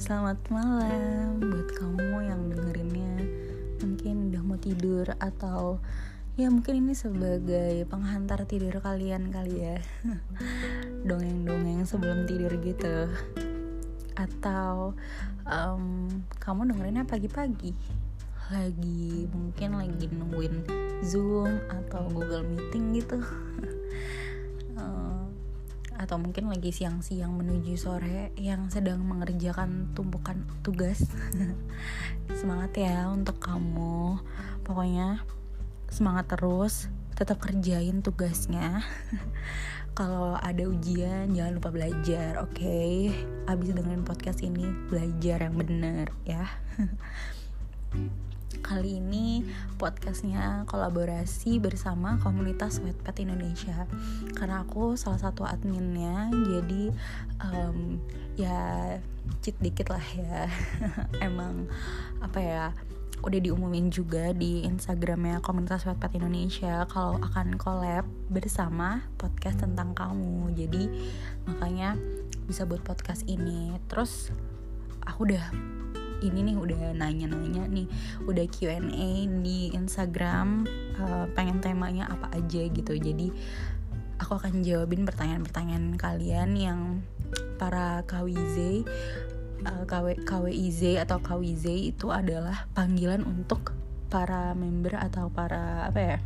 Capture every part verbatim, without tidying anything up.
Selamat malam buat kamu yang dengerinnya mungkin udah mau tidur, atau ya mungkin ini sebagai penghantar tidur kalian kali ya. Dongeng-dongeng sebelum tidur gitu. Atau um, kamu dengerinnya pagi-pagi, lagi mungkin lagi nungguin Zoom atau Google Meeting gitu. Atau mungkin lagi siang-siang menuju sore yang sedang mengerjakan tumpukan tugas. Semangat ya untuk kamu. Pokoknya semangat terus, tetap kerjain tugasnya. Kalau ada ujian jangan lupa belajar, oke? Okay? Abis dengerin podcast ini belajar yang bener ya. Kali ini podcastnya kolaborasi bersama komunitas Wattpad Indonesia, karena aku salah satu adminnya. Jadi um, ya cheat dikit lah ya. Emang apa ya, udah diumumin juga di Instagramnya komunitas Wattpad Indonesia kalau akan collab bersama podcast tentang kamu. Jadi makanya bisa buat podcast ini. Terus aku udah ini nih udah nanya-nanya nih, udah Q and A di Instagram, uh, pengen temanya apa aja gitu. Jadi aku akan jawabin pertanyaan-pertanyaan kalian yang para K W Z, uh, K W I Z atau K W Z itu adalah panggilan untuk para member atau para apa ya,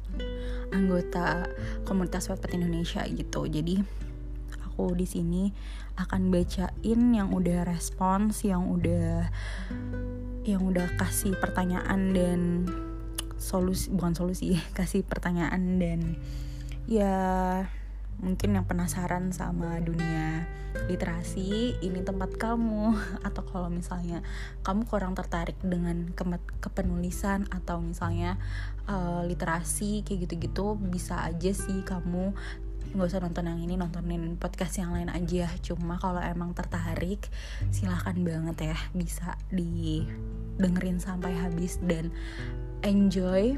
anggota komunitas Wattpad Indonesia gitu. Jadi aku di sini akan bacain yang udah respons, yang udah yang udah kasih pertanyaan dan solusi, bukan solusi, kasih pertanyaan dan ya mungkin yang penasaran sama dunia literasi, ini tempat kamu. Atau kalau misalnya kamu kurang tertarik dengan ke- kepenulisan atau misalnya uh, literasi kayak gitu-gitu, bisa aja sih kamu nggak usah nonton yang ini, nontonin podcast yang lain aja. Cuma kalau emang tertarik, silahkan banget ya, bisa didengerin sampai habis dan enjoy.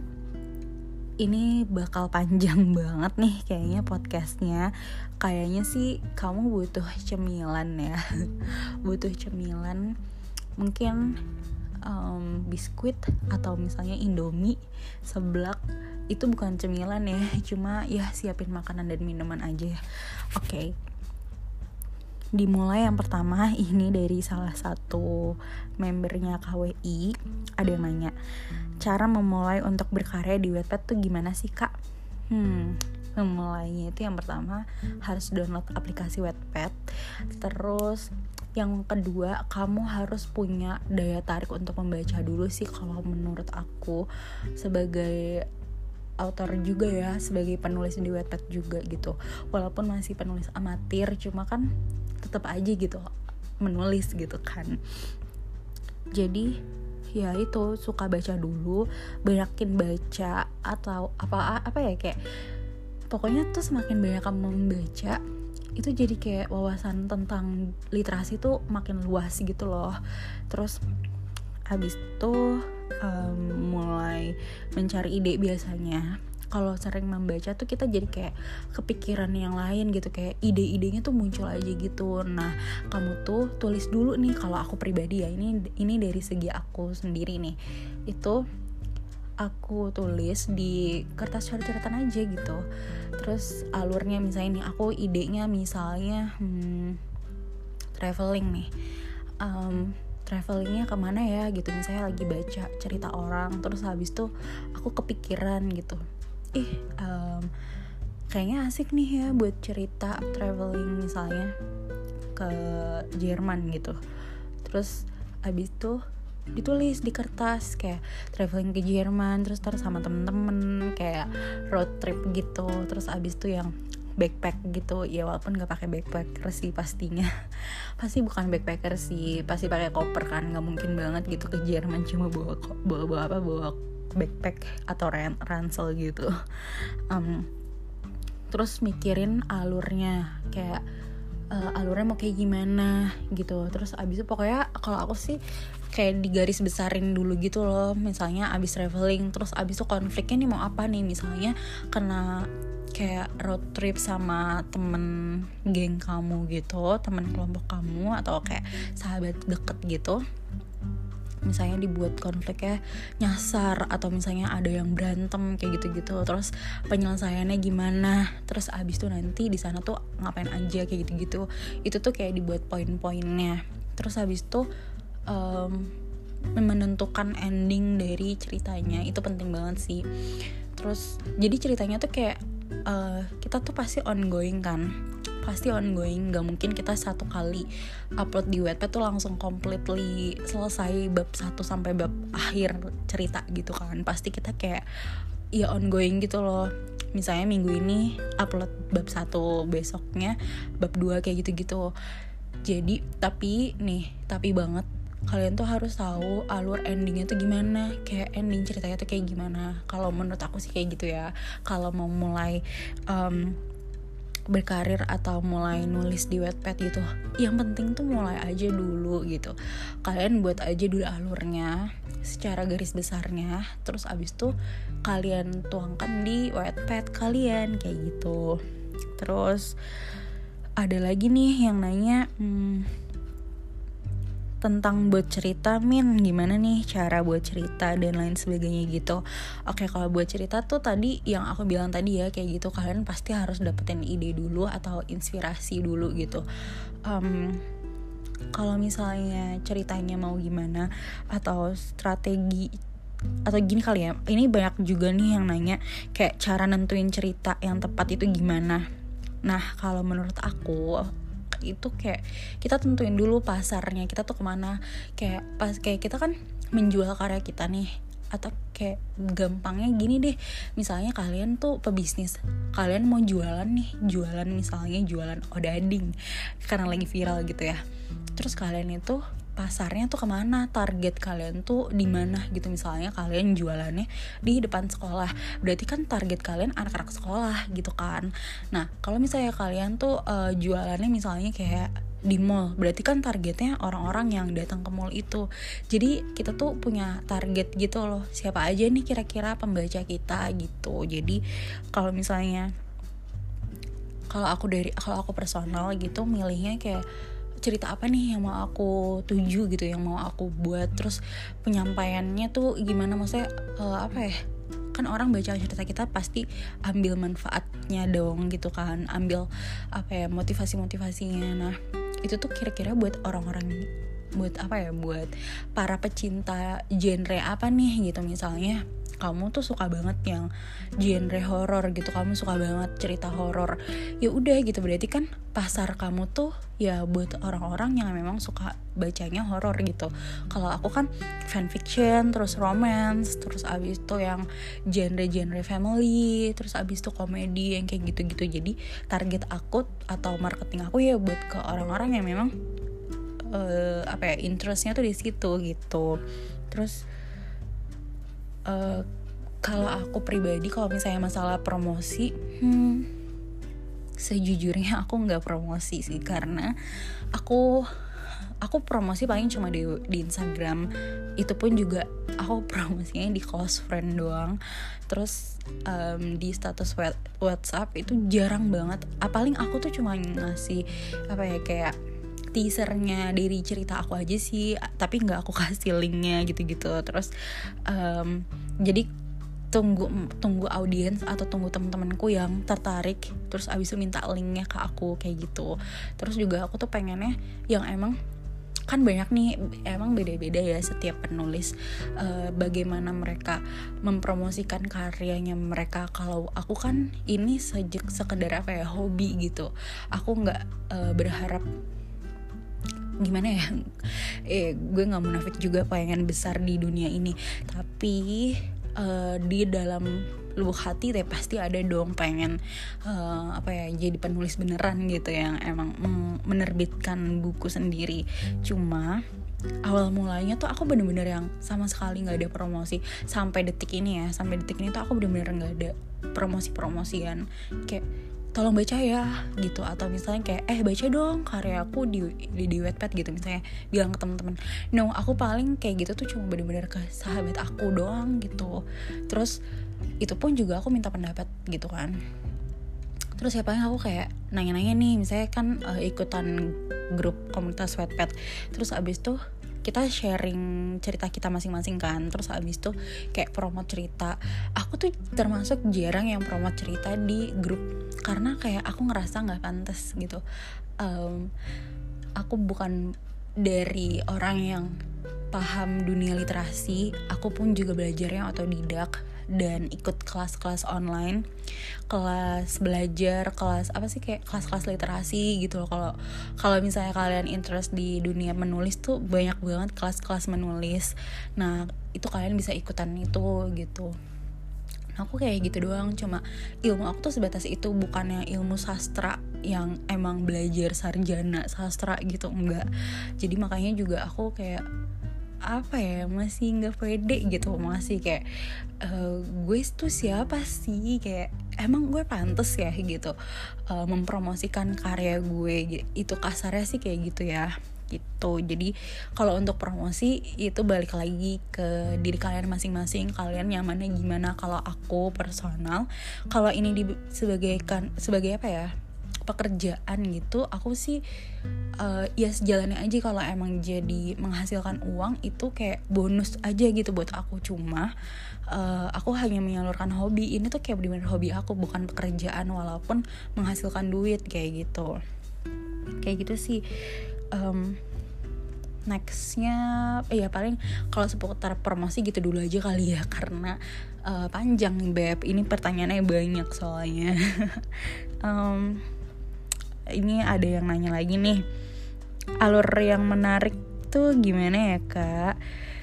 Ini bakal panjang banget nih kayaknya podcastnya. Kayaknya sih kamu butuh cemilan ya. Butuh cemilan, mungkin um, biskuit atau misalnya Indomie seblak. Itu bukan cemilan ya, cuma ya siapin makanan dan minuman aja ya. Oke, okay. Dimulai yang pertama ini dari salah satu membernya K W I. Ada yang nanya, cara memulai untuk berkarya di Wattpad tuh gimana sih kak? Hmm, memulainya itu yang pertama harus download aplikasi Wattpad. Terus yang kedua, kamu harus punya daya tarik untuk membaca dulu sih kalau menurut aku, sebagai author juga ya, sebagai penulis di Wattpad juga gitu. Walaupun masih penulis amatir, cuma kan tetap aja gitu menulis gitu kan. Jadi ya itu, suka baca dulu, banyakin baca atau apa apa ya, kayak pokoknya tuh semakin banyak kamu membaca, itu jadi kayak wawasan tentang literasi tuh makin luas gitu loh. Terus habis itu um, mulai mencari ide. Biasanya kalau sering membaca tuh kita jadi kayak kepikiran yang lain gitu, kayak ide-idenya tuh muncul aja gitu. Nah, kamu tuh tulis dulu nih. Kalau aku pribadi ya, ini ini dari segi aku sendiri nih, itu aku tulis di kertas coret-coretan aja gitu. Terus alurnya misalnya nih, aku idenya misalnya hmm, traveling nih, um, travelingnya kemana ya gitu. Misalnya lagi baca cerita orang, terus habis tuh aku kepikiran gitu, ih um, kayaknya asik nih ya buat cerita traveling misalnya ke Jerman gitu. Terus habis tuh ditulis di kertas kayak traveling ke Jerman, terus terus sama temen-temen kayak road trip gitu. Terus abis itu yang backpack gitu ya, walaupun nggak pakai backpacker sih pastinya. Pasti bukan backpacker sih, pasti pakai koper kan, nggak mungkin banget gitu ke Jerman cuma bawa bawa, bawa apa bawa backpack atau ran, ransel gitu. Um, terus mikirin alurnya, kayak uh, alurnya mau kayak gimana gitu. Terus abis itu pokoknya kalau aku sih kayak digaris besarin dulu gitu loh. Misalnya abis traveling, terus abis itu konfliknya nih mau apa nih, misalnya kena kayak road trip sama temen geng kamu gitu, temen kelompok kamu atau kayak sahabat deket gitu, misalnya dibuat konfliknya nyasar atau misalnya ada yang berantem kayak gitu-gitu, terus penyelesaiannya gimana, terus abis itu nanti di sana tuh ngapain aja kayak gitu-gitu, itu tuh kayak dibuat poin-poinnya. Terus abis itu um, menentukan ending dari ceritanya itu penting banget sih. Terus jadi ceritanya tuh kayak uh, kita tuh pasti ongoing kan, pasti ongoing, gak mungkin kita satu kali upload di Wattpad tuh langsung completely selesai bab satu sampai bab akhir cerita gitu kan. Pasti kita kayak ya ongoing gitu loh, misalnya minggu ini upload bab satu, besoknya bab dua kayak gitu-gitu. Jadi tapi nih, tapi banget kalian tuh harus tahu alur endingnya tuh gimana, kayak ending ceritanya tuh kayak gimana. Kalau menurut aku sih kayak gitu ya, kalau mau mulai um, berkarir atau mulai nulis di Wattpad gitu, yang penting tuh mulai aja dulu gitu. Kalian buat aja dulu alurnya secara garis besarnya, terus abis tuh kalian tuangkan di Wattpad kalian kayak gitu. Terus ada lagi nih yang nanya hmm, tentang buat cerita, Min, gimana nih cara buat cerita dan lain sebagainya gitu. Oke, kalau buat cerita tuh tadi yang aku bilang tadi ya kayak gitu, kalian pasti harus dapetin ide dulu atau inspirasi dulu gitu. Um, kalau misalnya ceritanya mau gimana atau strategi atau gini kali ya, ini banyak juga nih yang nanya kayak cara nentuin cerita yang tepat itu gimana. Nah, kalau menurut aku itu kayak kita tentuin dulu pasarnya kita tuh kemana. Kayak pas kayak kita kan menjual karya kita nih, atau kayak gampangnya gini deh, misalnya kalian tuh pebisnis, kalian mau jualan nih, jualan misalnya jualan odading karena lagi viral gitu ya. Terus kalian itu pasarnya tuh kemana, target kalian tuh di mana gitu. Misalnya kalian jualannya di depan sekolah, berarti kan target kalian anak-anak sekolah gitu kan. Nah kalau misalnya kalian tuh uh, jualannya misalnya kayak di mall, berarti kan targetnya orang-orang yang datang ke mall itu. Jadi kita tuh punya target gitu loh, siapa aja nih kira-kira pembaca kita gitu. Jadi kalau misalnya kalau aku dari kalau aku personal gitu milihnya kayak cerita apa nih yang mau aku tuju gitu, yang mau aku buat, terus penyampaiannya tuh gimana, maksudnya uh, apa ya, kan orang baca cerita kita pasti ambil manfaatnya dong gitu kan, ambil apa ya, motivasi-motivasinya. Nah itu tuh kira-kira buat orang-orang, buat apa ya, buat para pecinta genre apa nih gitu. Misalnya kamu tuh suka banget yang genre horor gitu, kamu suka banget cerita horor, ya udah gitu, berarti kan pasar kamu tuh ya buat orang-orang yang memang suka bacanya horor gitu. Kalau aku kan fanfiction, terus romance, terus abis itu yang genre-genre family, terus abis itu komedi yang kayak gitu-gitu. Jadi target aku atau marketing aku ya buat ke orang-orang yang memang uh, apa ya, interestnya tuh di situ gitu. Terus Uh, kalau aku pribadi, kalau misalnya masalah promosi, hmm, sejujurnya aku nggak promosi sih, karena aku aku promosi paling cuma di di Instagram, itu pun juga aku promosinya di close friend doang. Terus um, di status WhatsApp itu jarang banget. Paling aku tuh cuma ngasih apa ya, kayak teasernya dari cerita aku aja sih, tapi nggak aku kasih linknya gitu-gitu. Terus um, jadi tunggu tunggu audiens atau tunggu teman-temanku yang tertarik, terus abis itu minta linknya ke aku kayak gitu. Terus juga aku tuh pengennya yang emang kan banyak nih, emang beda-beda ya setiap penulis uh, bagaimana mereka mempromosikan karyanya mereka. Kalau aku kan ini sejak sekedar apa ya, hobi gitu. Aku nggak uh, berharap gimana ya, eh gue nggak munafik juga pengen besar di dunia ini, tapi uh, di dalam lubuk hati deh pasti ada dong pengen uh, apa ya, jadi penulis beneran gitu, yang emang mm, menerbitkan buku sendiri. Cuma awal mulanya tuh aku bener-bener yang sama sekali nggak ada promosi sampai detik ini ya, sampai detik ini tuh aku bener-bener nggak ada promosi-promosian kayak tolong baca ya gitu, atau misalnya kayak eh baca dong karya aku di di, di Wattpad gitu, misalnya bilang ke teman-teman. No, aku paling kayak gitu tuh cuma bener-bener ke sahabat aku doang gitu. Terus itu pun juga aku minta pendapat gitu kan. Terus ya paling aku kayak nanya-nanya nih, misalnya kan uh, ikutan grup komunitas Wattpad, terus abis tuh kita sharing cerita kita masing-masing kan. Terus abis itu kayak promote cerita. Aku tuh termasuk jarang yang promote cerita di grup, karena kayak aku ngerasa gak pantas gitu. um, Aku bukan dari orang yang paham dunia literasi. Aku pun juga belajarnya otodidak dan ikut kelas-kelas online, kelas belajar, kelas apa sih kayak kelas-kelas literasi gitu loh. Kalau kalau misalnya kalian interest di dunia menulis tuh banyak banget kelas-kelas menulis. Nah, itu kalian bisa ikutan itu gitu. Nah, aku kayak gitu doang, cuma ilmu aku tuh sebatas itu, bukannya ilmu sastra yang emang belajar sarjana sastra gitu, enggak. Jadi makanya juga aku kayak apa ya, masih nggak pede gitu, masih kayak uh, gue tuh siapa sih, kayak emang gue pantes ya gitu uh, mempromosikan karya gue, itu kasarnya sih kayak gitu ya gitu. Jadi kalau untuk promosi itu balik lagi ke diri kalian masing-masing, kalian nyamannya gimana. Kalau aku personal, kalau ini di sebagai kan sebagai apa ya, pekerjaan gitu, aku sih uh, ya sejalannya aja. Kalau emang jadi menghasilkan uang itu kayak bonus aja gitu buat aku. Cuma uh, aku hanya menyalurkan hobi ini tuh kayak bener-bener hobi aku, bukan pekerjaan walaupun menghasilkan duit kayak gitu. Kayak gitu sih. um, Nextnya ya paling kalau seputar promosi gitu dulu aja kali ya, karena uh, panjang nih Beb, ini pertanyaannya banyak soalnya. um, Ini ada yang nanya lagi nih, alur yang menarik tuh gimana ya Kak?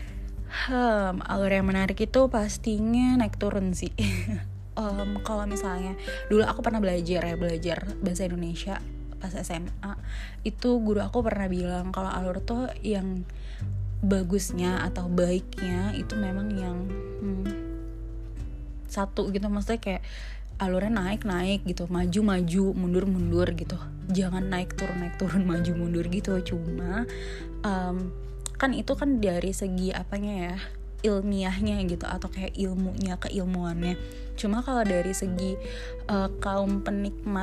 Hmm, alur yang menarik itu pastinya naik turun sih. um, Kalau misalnya dulu aku pernah belajar ya, belajar bahasa Indonesia pas S M A, itu guru aku pernah bilang kalau alur tuh yang bagusnya atau baiknya itu memang yang hmm, satu gitu, maksudnya kayak alurnya naik-naik gitu, maju-maju, mundur-mundur gitu. Jangan naik turun naik turun maju mundur gitu. Cuma um, kan itu kan dari segi apanya ya, ilmiahnya gitu, atau kayak ilmunya, keilmuannya. Cuma kalau dari segi uh, kaum penikmat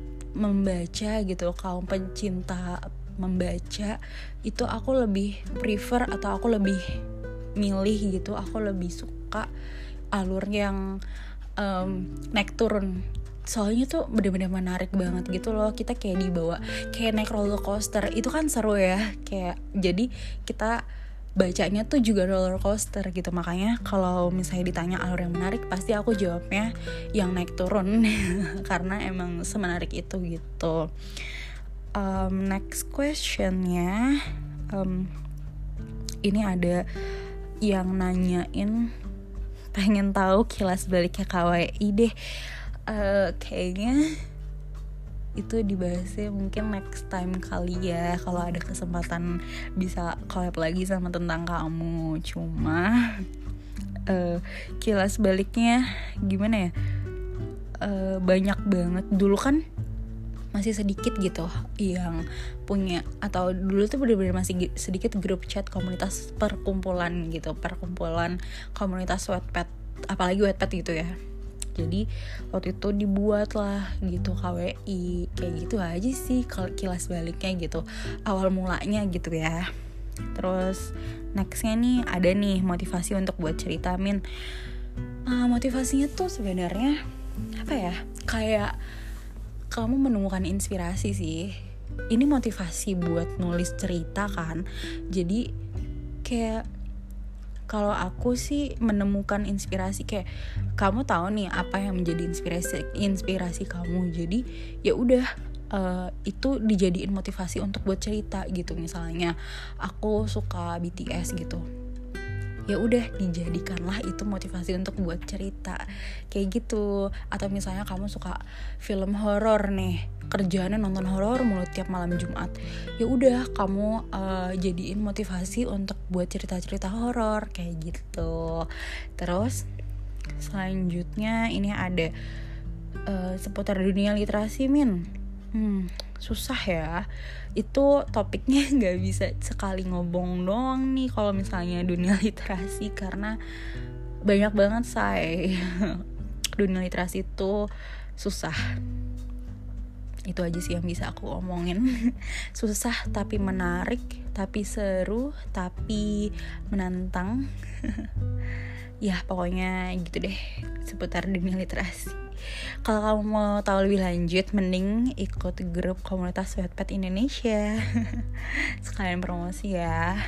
membaca gitu, kaum pencinta membaca, itu aku lebih prefer atau aku lebih milih gitu, aku lebih suka alur yang um, naik turun. Soalnya tuh bener-bener menarik banget gitu loh, kita kayak dibawa kayak naik roller coaster. Itu kan seru ya, kayak jadi kita bacanya tuh juga roller coaster gitu. Makanya kalau misalnya ditanya alur yang menarik, pasti aku jawabnya yang naik turun. Karena emang semenarik itu gitu. um, Next questionnya, um, ini ada yang nanyain pengen tahu kilas baliknya K W I deh. Uh, kayaknya itu dibahasnya mungkin next time kali ya, kalau ada kesempatan bisa collab lagi sama Tentang Kamu. Cuma uh, kilas baliknya gimana ya, uh, banyak banget. Dulu kan masih sedikit gitu yang punya, atau dulu tuh bener-bener masih sedikit grup chat komunitas perkumpulan gitu, perkumpulan komunitas Wattpad, apalagi Wattpad gitu ya. Jadi waktu itu dibuat lah gitu K W I, kayak gitu aja sih kalau kilas baliknya gitu, awal mulanya gitu ya. Terus nextnya nih ada nih motivasi untuk buat cerita Min. uh, Motivasinya tuh sebenarnya apa ya, kayak kamu menemukan inspirasi sih. Ini motivasi buat nulis cerita kan. Jadi kayak kalau aku sih menemukan inspirasi, kayak kamu tahu nih apa yang menjadi inspirasi inspirasi kamu. Jadi ya udah uh, itu dijadiin motivasi untuk buat cerita gitu. Misalnya aku suka B T S gitu, ya udah dijadikanlah itu motivasi untuk buat cerita kayak gitu. Atau misalnya kamu suka film horor nih, kerjaannya nonton horor mulu tiap malam Jumat, ya udah kamu uh, jadiin motivasi untuk buat cerita-cerita horor kayak gitu. Terus selanjutnya ini ada uh, seputar dunia literasi Min. Hmm, susah ya. Itu topiknya nggak bisa sekali ngobong doang nih kalau misalnya dunia literasi, karena banyak banget say. Dunia literasi itu susah. Itu aja sih yang bisa aku omongin. Susah tapi menarik, tapi seru, tapi menantang. Ya pokoknya gitu deh seputar dunia literasi. Kalau kamu mau tahu lebih lanjut, mending ikut grup komunitas Wattpad Indonesia. Sekalian promosi ya.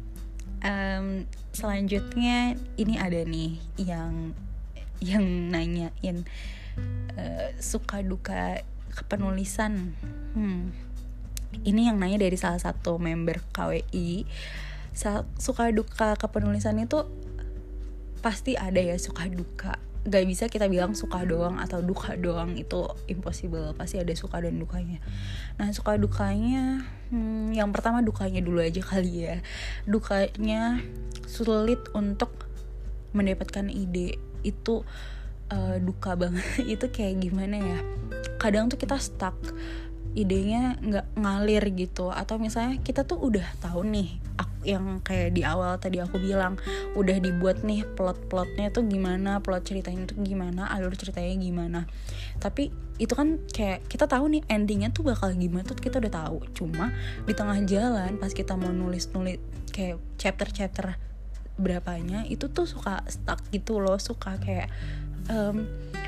um, Selanjutnya ini ada nih yang yang nanyain uh, suka duka kepenulisan. hmm. Ini yang nanya dari salah satu member K W I. Suka duka kepenulisan itu pasti ada ya, suka duka. Gak bisa kita bilang suka doang atau duka doang, itu impossible. Pasti ada suka dan dukanya. Nah suka dukanya, hmm, yang pertama dukanya dulu aja kali ya. Dukanya sulit untuk mendapatkan ide. Itu uh, duka banget. Itu kayak gimana ya, kadang tuh kita stuck, idenya nggak ngalir gitu. Atau misalnya kita tuh udah tahu nih, yang kayak di awal tadi aku bilang, udah dibuat nih plot-plotnya tuh gimana, plot ceritanya tuh gimana, alur ceritanya gimana. Tapi itu kan kayak kita tahu nih endingnya tuh bakal gimana tuh kita udah tahu. Cuma di tengah jalan pas kita mau nulis-nulis kayak chapter-chapter berapanya, itu tuh suka stuck gitu loh, suka kayak um,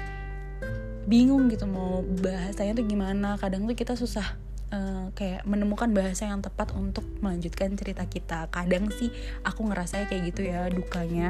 bingung gitu mau bahasanya tuh gimana. Kadang tuh kita susah uh, kayak menemukan bahasa yang tepat untuk melanjutkan cerita kita. Kadang sih aku ngerasanya kayak gitu ya dukanya.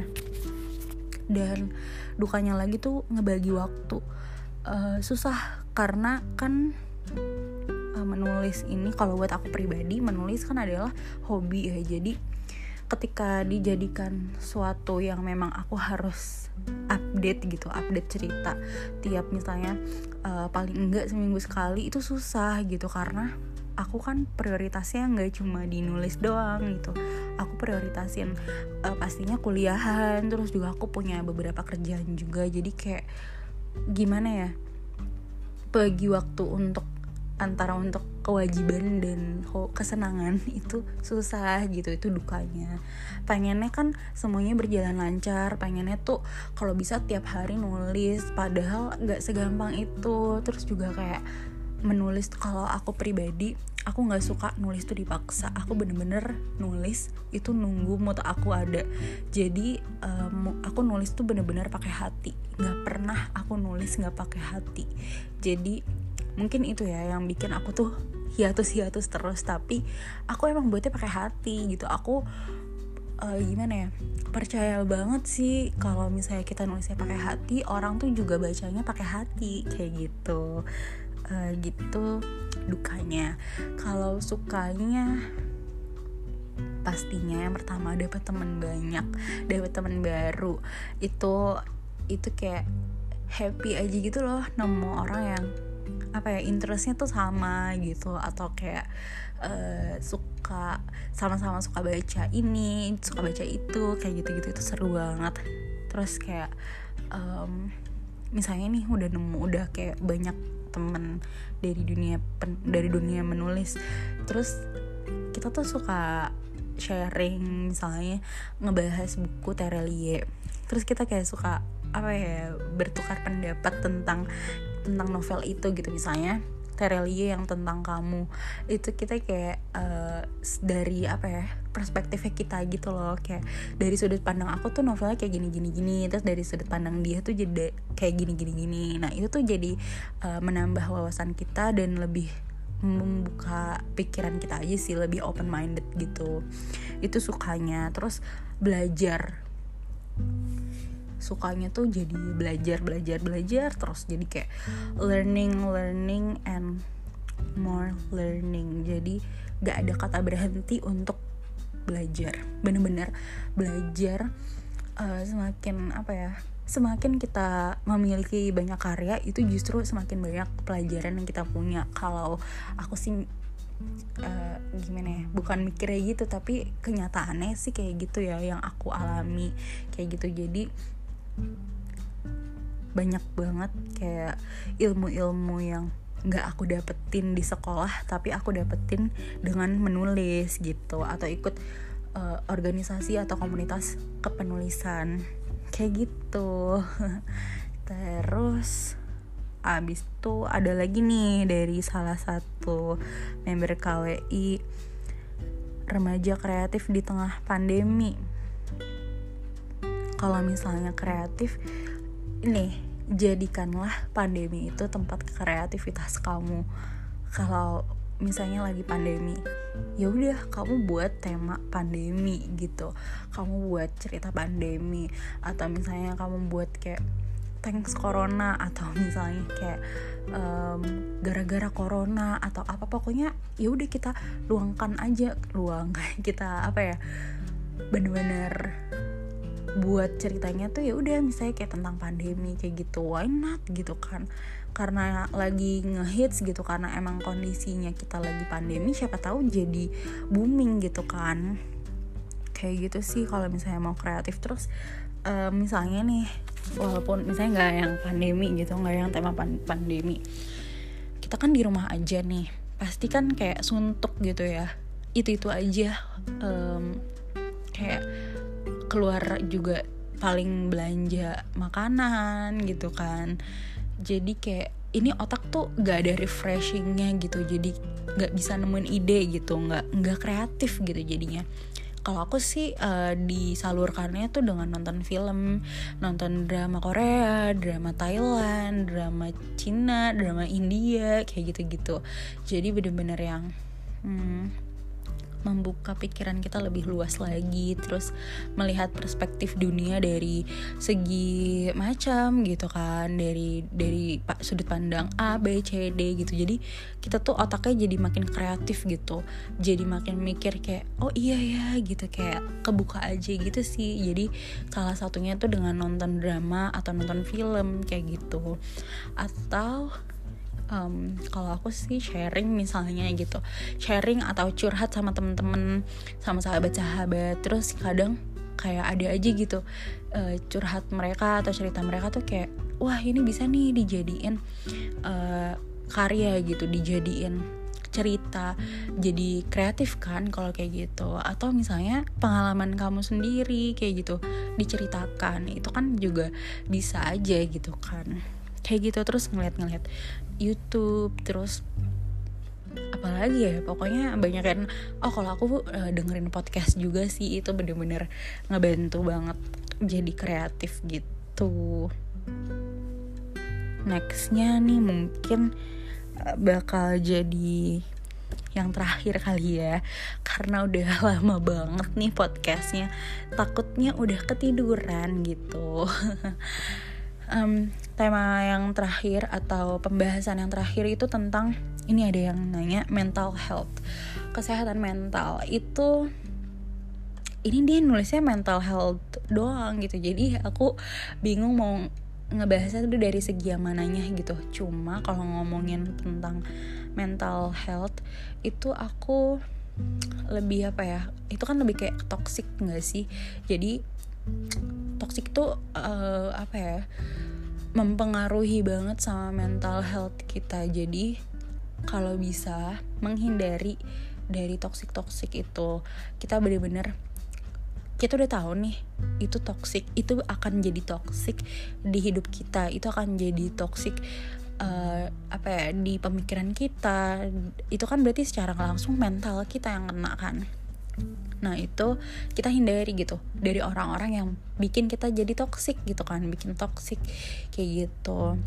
Dan dukanya lagi tuh ngebagi waktu. Uh, susah karena kan uh, menulis ini, kalau buat aku pribadi, menulis kan adalah hobi ya. Jadi ketika dijadikan suatu yang memang aku harus update gitu, update cerita tiap misalnya uh, paling enggak seminggu sekali, itu susah gitu. Karena aku kan prioritasnya nggak cuma di nulis doang gitu. Aku prioritasin uh, pastinya kuliahan, terus juga aku punya beberapa kerjaan juga. Jadi kayak gimana ya, bagi waktu untuk antara untuk kewajiban dan kesenangan itu susah gitu. Itu dukanya. Pengennya kan semuanya berjalan lancar, pengennya tuh kalau bisa tiap hari nulis, padahal gak segampang itu. Terus juga kayak menulis tuh, kalau aku pribadi, aku gak suka nulis tuh dipaksa. Aku bener-bener nulis itu nunggu mood aku ada. Jadi um, aku nulis tuh bener-bener pakai hati. Gak pernah aku nulis gak pakai hati. Jadi mungkin itu ya yang bikin aku tuh hiatus-hiatus terus. Tapi aku emang buatnya pakai hati gitu. Aku uh, gimana ya, percaya banget sih kalau misalnya kita nulisnya pakai hati, orang tuh juga bacanya pakai hati kayak gitu. Uh, gitu dukanya. Kalau sukanya, pastinya yang pertama dapat teman banyak, dapat teman baru. Itu itu kayak happy aja gitu loh, nemu orang yang apa ya, interestnya tuh sama gitu, atau kayak uh, suka sama-sama suka baca ini, suka baca itu, kayak gitu-gitu. Itu seru banget. Terus kayak um, misalnya nih udah nemu, udah kayak banyak temen dari dunia pen, dari dunia menulis, terus kita tuh suka sharing, misalnya ngebahas buku Terelie, terus kita kayak suka apa ya, bertukar pendapat tentang tentang novel itu gitu. Misalnya Terelie yang tentang kamu, itu kita kayak uh, dari apa ya, perspektifnya kita gitu loh. Kayak dari sudut pandang aku tuh novelnya kayak gini gini gini, terus dari sudut pandang dia tuh jadi kayak gini gini gini. Nah itu tuh jadi uh, menambah wawasan kita dan lebih membuka pikiran kita aja sih, lebih open minded gitu. Itu sukanya. Terus belajar, sukanya tuh jadi belajar belajar belajar terus, jadi kayak learning learning and more learning. Jadi gak ada kata berhenti untuk belajar, bener-bener belajar. Uh, semakin apa ya, semakin kita memiliki banyak karya, itu justru semakin banyak pelajaran yang kita punya. Kalau aku sih Uh, gimana ya, bukan mikirnya gitu, tapi kenyataannya sih kayak gitu ya, yang aku alami kayak gitu. Jadi banyak banget kayak ilmu-ilmu yang gak aku dapetin di sekolah, tapi aku dapetin dengan menulis gitu, atau ikut uh, organisasi atau komunitas kepenulisan kayak gitu. Terus Abis itu ada lagi nih dari salah satu member K W I, remaja kreatif di tengah pandemi. Kalau misalnya kreatif, nih jadikanlah pandemi itu tempat kreativitas kamu. Kalau misalnya lagi pandemi, ya udah kamu buat tema pandemi gitu, kamu buat cerita pandemi, atau misalnya kamu buat kayak thanks corona, atau misalnya kayak um, gara-gara corona atau apa, pokoknya ya udah kita luangkan aja, luangkan kita apa ya, bener-bener buat ceritanya tuh ya udah misalnya kayak tentang pandemi kayak gitu, why not gitu kan, karena lagi ngehits gitu, karena emang kondisinya kita lagi pandemi, siapa tahu jadi booming gitu kan, kayak gitu sih kalau misalnya mau kreatif. Terus uh, misalnya nih, walaupun misalnya nggak yang pandemi gitu, nggak yang tema pan- pandemi, kita kan di rumah aja nih, pasti kan kayak suntuk gitu ya, itu itu aja, um, kayak keluar juga paling belanja makanan gitu kan, jadi kayak ini otak tuh gak ada refreshingnya gitu, jadi gak bisa nemuin ide gitu, gak, gak kreatif gitu jadinya. Kalau aku sih uh, disalurkannya tuh dengan nonton film, nonton drama Korea, drama Thailand, drama Cina, drama India, kayak gitu-gitu. Jadi bener-bener yang hmm, membuka pikiran kita lebih luas lagi, terus melihat perspektif dunia dari segi macam gitu kan, dari dari sudut pandang A, B, C, D gitu. Jadi kita tuh otaknya jadi makin kreatif gitu, jadi makin mikir kayak oh iya ya gitu, kayak kebuka aja gitu sih. Jadi salah satunya tuh dengan nonton drama atau nonton film kayak gitu. Atau Um, kalau aku sih sharing misalnya gitu, sharing atau curhat sama temen-temen, sama sahabat-sahabat. Terus kadang kayak ada aja gitu uh, curhat mereka atau cerita mereka tuh kayak wah ini bisa nih dijadiin uh, karya gitu, dijadiin cerita, jadi kreatif kan kalau kayak gitu. Atau misalnya pengalaman kamu sendiri kayak gitu diceritakan, itu kan juga bisa aja gitu kan, kayak gitu. Terus ngeliat-ngeliat YouTube, terus apalagi ya, pokoknya banyak kan. Oh kalau aku uh, dengerin podcast juga sih, itu bener-bener ngebantu banget jadi kreatif gitu. Nextnya nih mungkin uh, bakal jadi yang terakhir kali ya, karena udah lama banget nih podcastnya, takutnya udah ketiduran gitu. Um, tema yang terakhir atau pembahasan yang terakhir itu tentang, ini ada yang nanya mental health, kesehatan mental. Itu ini dia nulisnya mental health doang gitu, jadi aku bingung mau ngebahasnya tuh dari segi yang mananya gitu. Cuma kalau ngomongin tentang mental health itu aku lebih apa ya, itu kan lebih kayak toxic nggak sih? Jadi toxic tuh uh, apa ya, mempengaruhi banget sama mental health kita. Jadi kalau bisa menghindari dari toxic-toxic itu, kita bener-bener kita udah tahu nih itu toxic, itu akan jadi toxic di hidup kita, itu akan jadi toxic uh, apa ya di pemikiran kita. Itu kan berarti secara langsung mental kita yang kena kan. Nah itu kita hindari gitu dari orang-orang yang bikin kita jadi toksik gitu kan, bikin toksik kayak gitu.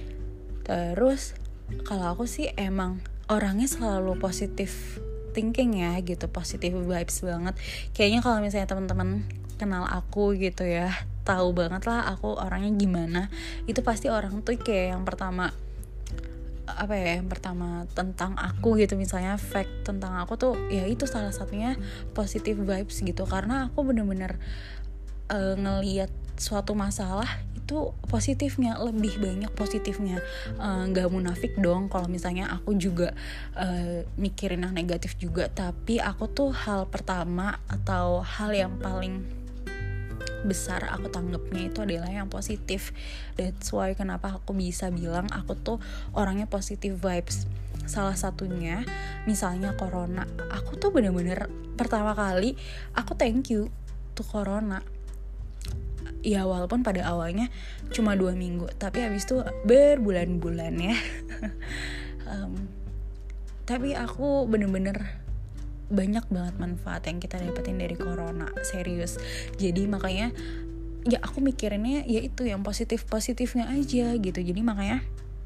Terus kalau aku sih emang orangnya selalu positive thinking ya gitu, positive vibes banget. Kayaknya kalau misalnya teman-teman kenal aku gitu ya, tahu banget lah aku orangnya gimana. Itu pasti orang tuh kayak yang pertama apa ya, yang pertama tentang aku gitu, misalnya fact tentang aku tuh ya itu salah satunya positive vibes gitu, karena aku bener-bener uh, ngelihat suatu masalah itu positifnya, lebih banyak positifnya, nggak uh, munafik dong kalau misalnya aku juga uh, mikirin yang negatif juga, tapi aku tuh hal pertama atau hal yang paling besar aku tanggapnya itu adalah yang positif. That's why kenapa aku bisa bilang aku tuh orangnya positive vibes. Salah satunya misalnya corona, aku tuh bener-bener pertama kali aku thank you to corona. ya walaupun pada awalnya cuma dua minggu, tapi habis itu berbulan-bulan ya. um, tapi aku bener-bener banyak banget manfaat yang kita dapetin dari corona, serius. Jadi makanya ya aku mikirinnya ya itu yang positif-positifnya aja gitu. Jadi makanya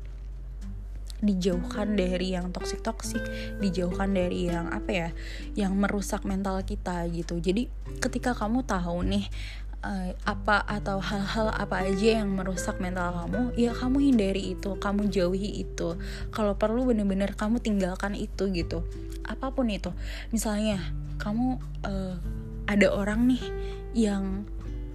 dijauhkan dari yang toksik-toksik, dijauhkan dari yang apa ya, yang merusak mental kita gitu. Jadi ketika kamu tahu nih uh, apa atau hal-hal apa aja yang merusak mental kamu, ya kamu hindari itu, kamu jauhi itu. Kalau perlu bener-bener kamu tinggalkan itu gitu. Apapun itu. Misalnya kamu uh, ada orang nih yang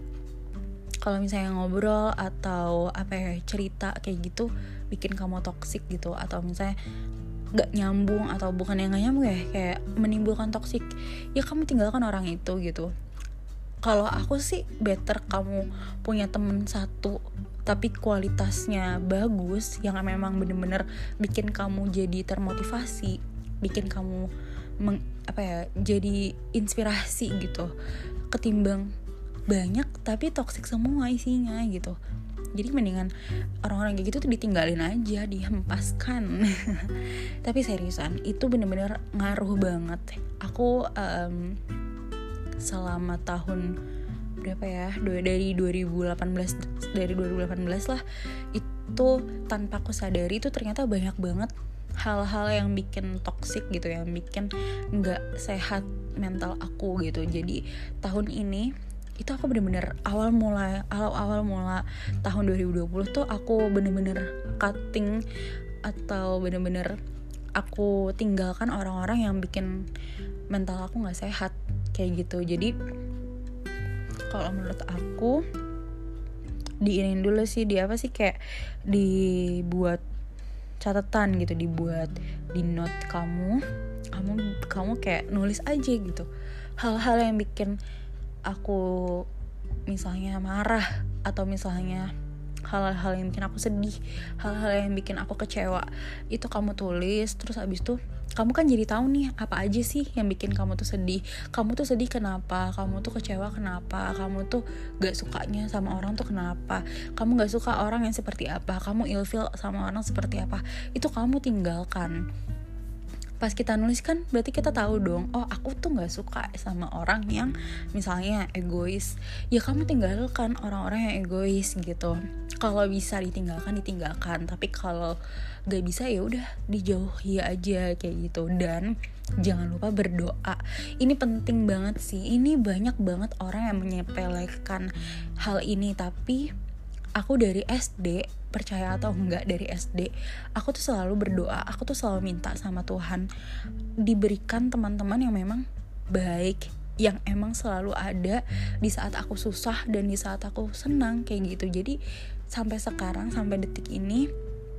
kalau misalnya ngobrol atau apa ya, cerita kayak gitu bikin kamu toksik gitu, atau misalnya gak nyambung, atau bukan yang gak nyambung ya, kayak menimbulkan toksik, ya kamu tinggalkan orang itu gitu. Kalau aku sih better kamu punya temen satu tapi kualitasnya bagus, yang memang bener-bener bikin kamu jadi termotivasi, bikin kamu meng, apa ya, jadi inspirasi gitu, ketimbang banyak tapi toksik semua isinya gitu. Jadi mendingan orang-orang kayak gitu tuh ditinggalin aja, dihempaskan. Tapi seriusan, itu bener-bener ngaruh banget. Aku um, selama tahun berapa ya, dari dua ribu delapan belas, dari dua ribu delapan belas lah, itu tanpa aku sadari itu ternyata banyak banget hal-hal yang bikin toksik gitu, yang bikin nggak sehat mental aku gitu. Jadi tahun ini itu aku bener-bener awal mulai awal-awal mula tahun dua ribu dua puluh tuh aku bener-bener cutting atau bener-bener aku tinggalkan orang-orang yang bikin mental aku nggak sehat kayak gitu. Jadi kalau menurut aku diinin dulu sih, di apa sih, kayak dibuat catatan gitu, dibuat di note kamu, kamu kamu kayak nulis aja gitu hal-hal yang bikin aku misalnya marah, atau misalnya hal-hal yang bikin aku sedih, hal-hal yang bikin aku kecewa, itu kamu tulis. Terus abis itu kamu kan jadi tahu nih apa aja sih yang bikin kamu tuh sedih, kamu tuh sedih kenapa, kamu tuh kecewa kenapa, kamu tuh gak sukanya sama orang tuh kenapa, kamu gak suka orang yang seperti apa, kamu ilfeel sama orang seperti apa, itu kamu tinggalkan. Pas kita nulis kan berarti kita tahu dong, oh aku tuh gak suka sama orang yang misalnya egois, ya kamu tinggalkan orang-orang yang egois gitu. Kalau bisa ditinggalkan, ditinggalkan. Tapi kalau gak bisa ya udah dijauhi aja kayak gitu. Dan jangan lupa berdoa. Ini penting banget sih. Ini banyak banget orang yang menyepelekan hal ini, tapi aku dari S D, percaya atau enggak, dari S D aku tuh selalu berdoa, aku tuh selalu minta sama Tuhan diberikan teman-teman yang memang baik, yang emang selalu ada di saat aku susah dan di saat aku senang kayak gitu. Jadi sampai sekarang, sampai detik ini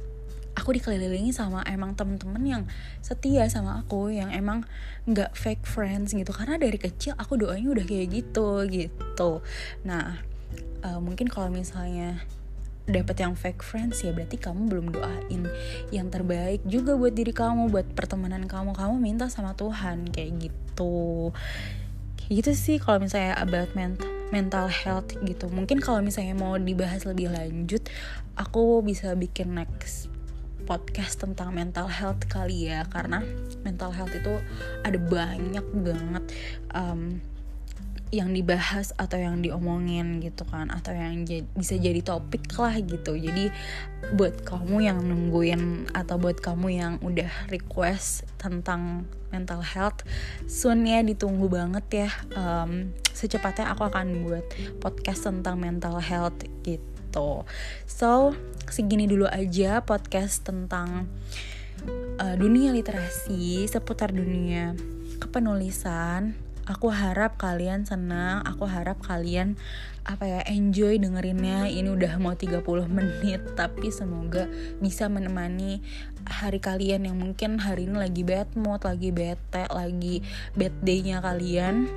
aku dikelilingi sama emang teman-teman yang setia sama aku, yang emang nggak fake friends gitu, karena dari kecil aku doanya udah kayak gitu gitu. Nah Uh, mungkin kalau misalnya dapet yang fake friends, ya berarti kamu belum doain yang terbaik juga buat diri kamu, buat pertemanan kamu. Kamu minta sama Tuhan kayak gitu. Kayak gitu sih kalau misalnya about ment- mental health gitu. Mungkin kalau misalnya mau dibahas lebih lanjut, aku bisa bikin next podcast tentang mental health kali ya, karena mental health itu ada banyak banget um, yang dibahas atau yang diomongin gitu kan, atau yang j- bisa jadi topik lah gitu. Jadi buat kamu yang nungguin atau buat kamu yang udah request tentang mental health, soon ya, ditunggu banget ya. Um, secepatnya aku akan buat podcast tentang mental health gitu. So segini dulu aja podcast tentang uh, dunia literasi, seputar dunia kepenulisan. Aku harap kalian senang, aku harap kalian apa ya, enjoy dengerinnya. Ini udah mau tiga puluh menit, tapi semoga bisa menemani hari kalian yang mungkin hari ini lagi bad mood, lagi bete, lagi bad day-nya kalian.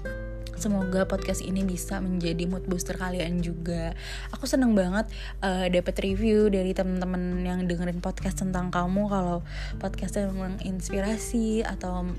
Semoga podcast ini bisa menjadi mood booster kalian juga. Aku seneng banget uh, dapet review dari teman-teman yang dengerin podcast tentang kamu, kalau podcastnya menginspirasi atau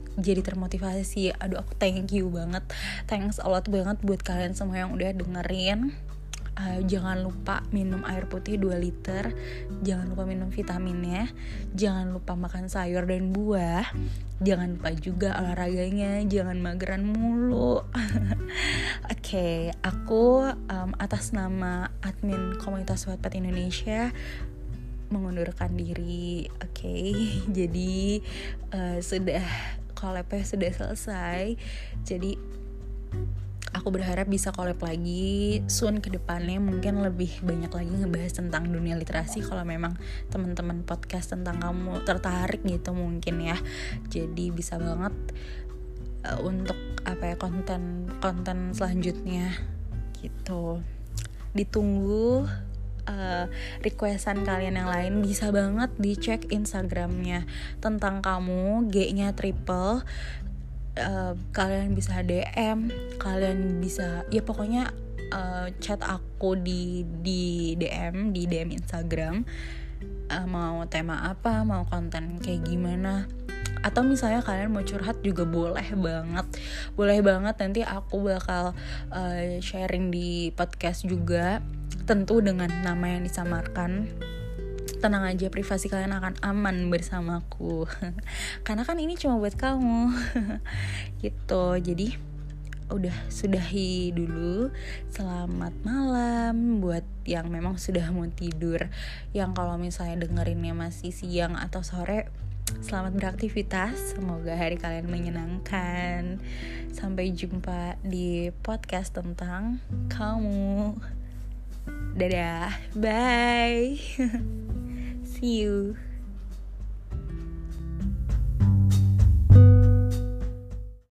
jadi termotivasi. Aduh, aku thank you banget, thanks a lot banget buat kalian semua yang udah dengerin. Uh, jangan lupa minum air putih dua liter, jangan lupa minum vitaminnya, jangan lupa makan sayur dan buah, jangan lupa juga olahraganya, jangan mageran mulu. Oke, okay, aku um, atas nama admin komunitas Wattpad Indonesia mengundurkan diri. Oke, okay. Jadi uh, sudah collab-nya sudah selesai. Jadi aku berharap bisa collab lagi soon ke depannya, mungkin lebih banyak lagi ngebahas tentang dunia literasi kalau memang teman-teman podcast tentang kamu tertarik gitu mungkin ya. Jadi bisa banget uh, untuk apa ya konten konten selanjutnya gitu. Ditunggu uh, requestan kalian yang lain, bisa banget dicek Instagramnya tentang kamu, G-nya triple. Uh, kalian bisa D M, kalian bisa ya pokoknya uh, chat aku di di D M di D M Instagram, uh, mau tema apa, mau konten kayak gimana, atau misalnya kalian mau curhat juga boleh banget, boleh banget. Nanti aku bakal uh, sharing di podcast juga, tentu dengan nama yang disamarkan. Tenang aja, privasi kalian akan aman bersamaku. Karena kan ini cuma buat kamu. Gitu. Jadi udah sudahi dulu. Selamat malam buat yang memang sudah mau tidur. Yang kalau misalnya dengerinnya masih siang atau sore, selamat beraktivitas. Semoga hari kalian menyenangkan. Sampai jumpa di podcast tentang kamu. Dadah. Bye. See you.